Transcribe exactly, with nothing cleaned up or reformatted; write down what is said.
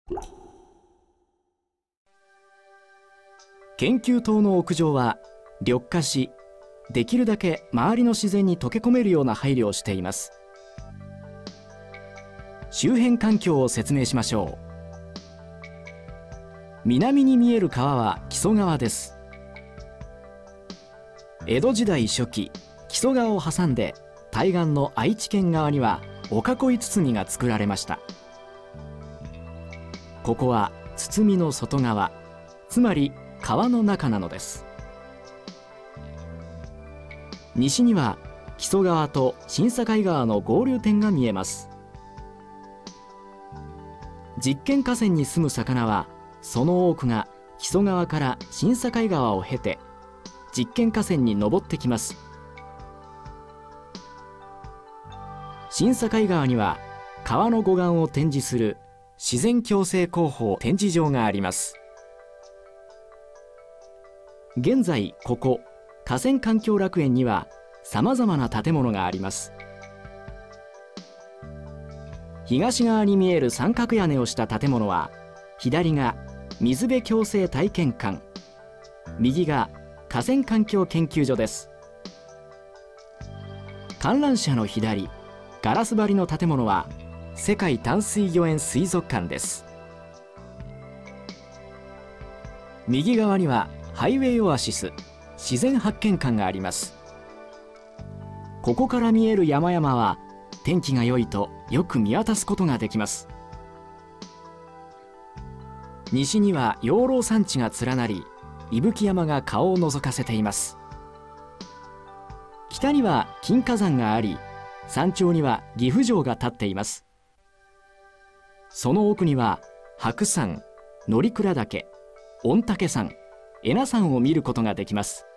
研究棟の屋上は緑化し、できるだけ周りの自然に溶け込めるような配慮をしています。周辺環境を説明しましょう。南に見える川は木曽川です。江戸時代初期、木曽川を挟んで対岸の愛知県側にはお囲い堤が作られました。ここは堤の外側、つまり川の中なのです。西には木曽川と新境川の合流点が見えます。実験河川に住む魚はその多くが木曽川から新境川を経て実験河川に上ってきます。新境川には川の護岸を展示する自然共生広報展示場があります。現在ここ河川環境楽園にはさまざまな建物があります。東側に見える三角屋根をした建物は、左が水辺共生体験館、右が河川環境研究所です。観覧車の左、ガラス張りの建物は世界淡水魚園水族館です。右側にはハイウェイオアシス自然発見館があります。ここから見える山々は天気が良いとよく見渡すことができます。西には養老山地が連なり、伊吹山が顔を覗かせています。北には金華山があり、山頂には岐阜城が立っています。その奥には白山、乗鞍岳、御嶽山、恵那山を見ることができます。